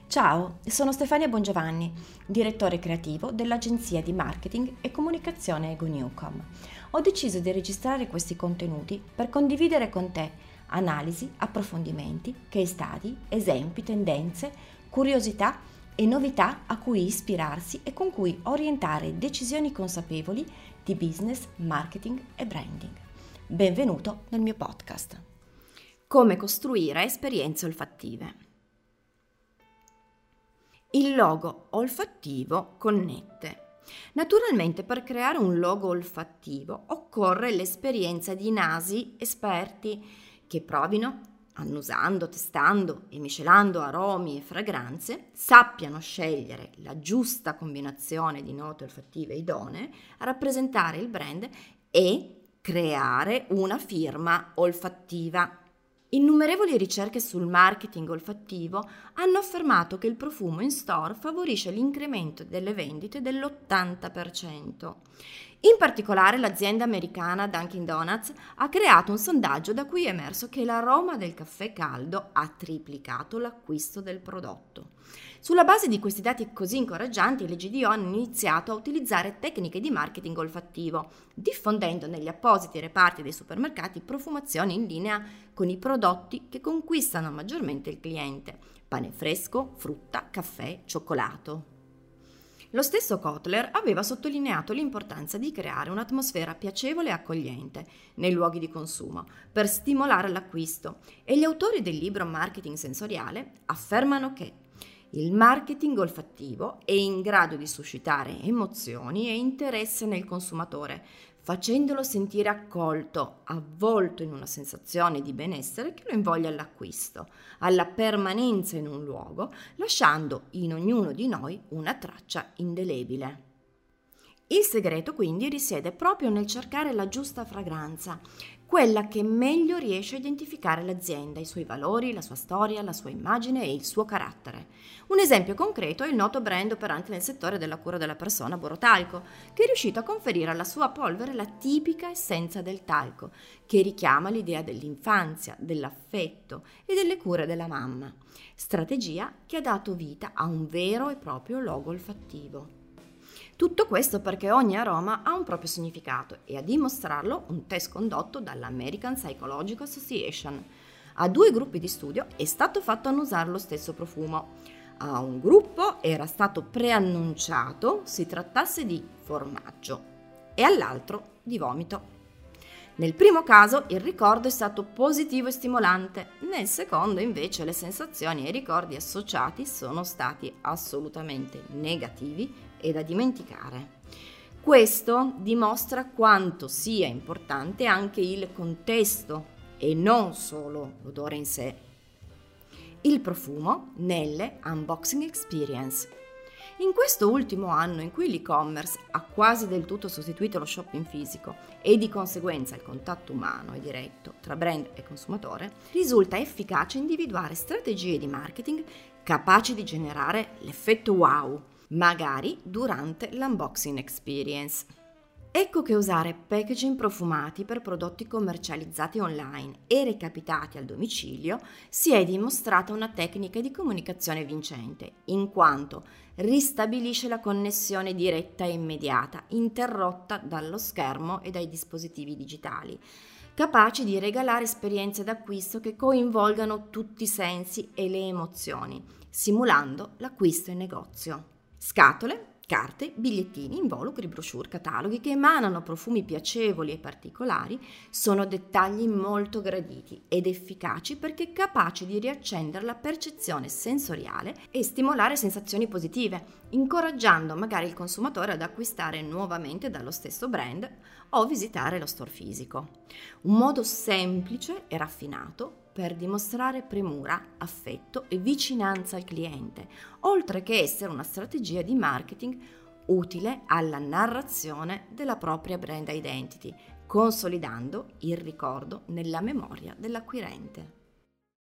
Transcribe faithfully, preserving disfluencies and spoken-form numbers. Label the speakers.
Speaker 1: Ciao, sono Stefania Bongiovanni, direttore creativo dell'agenzia di marketing e comunicazione EgoNewcom. Ho deciso di registrare questi contenuti per condividere con te analisi, approfondimenti, case study, esempi, tendenze, curiosità e novità a cui ispirarsi e con cui orientare decisioni consapevoli di business, marketing e branding. Benvenuto nel mio podcast. Come costruire esperienze olfattive. Il logo olfattivo connette. Naturalmente, per creare un logo olfattivo occorre l'esperienza di nasi esperti che provino, annusando, testando e miscelando aromi e fragranze, sappiano scegliere la giusta combinazione di note olfattive idonee a rappresentare il brand e creare una firma olfattiva. Innumerevoli ricerche sul marketing olfattivo hanno affermato che il profumo in store favorisce l'incremento delle vendite dell'ottanta per cento. In particolare l'azienda americana Dunkin' Donuts ha creato un sondaggio da cui è emerso che l'aroma del caffè caldo ha triplicato l'acquisto del prodotto. Sulla base di questi dati così incoraggianti, le G D O hanno iniziato a utilizzare tecniche di marketing olfattivo, diffondendo negli appositi reparti dei supermercati profumazioni in linea con i prodotti che conquistano maggiormente il cliente: pane fresco, frutta, caffè, cioccolato. Lo stesso Kotler aveva sottolineato l'importanza di creare un'atmosfera piacevole e accogliente nei luoghi di consumo per stimolare l'acquisto, e gli autori del libro Marketing Sensoriale affermano che il marketing olfattivo è in grado di suscitare emozioni e interesse nel consumatore, facendolo sentire accolto, avvolto in una sensazione di benessere che lo invoglia all'acquisto, alla permanenza in un luogo, lasciando in ognuno di noi una traccia indelebile. Il segreto quindi risiede proprio nel cercare la giusta fragranza, quella che meglio riesce a identificare l'azienda, i suoi valori, la sua storia, la sua immagine e il suo carattere. Un esempio concreto è il noto brand operante nel settore della cura della persona, Borotalco, che è riuscito a conferire alla sua polvere la tipica essenza del talco, che richiama l'idea dell'infanzia, dell'affetto e delle cure della mamma. Strategia che ha dato vita a un vero e proprio logo olfattivo. Tutto questo perché ogni aroma ha un proprio significato, e a dimostrarlo un test condotto dall'American Psychological Association. A due gruppi di studio è stato fatto annusare lo stesso profumo. A un gruppo era stato preannunciato si trattasse di formaggio e all'altro di vomito. Nel primo caso il ricordo è stato positivo e stimolante, nel secondo invece le sensazioni e i ricordi associati sono stati assolutamente negativi e da dimenticare. Questo dimostra quanto sia importante anche il contesto e non solo l'odore in sé. Il profumo nelle unboxing experience. In questo ultimo anno in cui l'e-commerce ha quasi del tutto sostituito lo shopping fisico e di conseguenza il contatto umano e diretto tra brand e consumatore, risulta efficace individuare strategie di marketing capaci di generare l'effetto wow, magari durante l'unboxing experience. Ecco che usare packaging profumati per prodotti commercializzati online e recapitati al domicilio si è dimostrata una tecnica di comunicazione vincente, in quanto ristabilisce la connessione diretta e immediata, interrotta dallo schermo e dai dispositivi digitali, capaci di regalare esperienze d'acquisto che coinvolgano tutti i sensi e le emozioni, simulando l'acquisto in negozio. Scatole, carte, bigliettini, involucri, brochure, cataloghi che emanano profumi piacevoli e particolari sono dettagli molto graditi ed efficaci perché capaci di riaccendere la percezione sensoriale e stimolare sensazioni positive, incoraggiando magari il consumatore ad acquistare nuovamente dallo stesso brand o visitare lo store fisico. Un modo semplice e raffinato per dimostrare premura, affetto e vicinanza al cliente, oltre che essere una strategia di marketing utile alla narrazione della propria brand identity, consolidando il ricordo nella memoria dell'acquirente.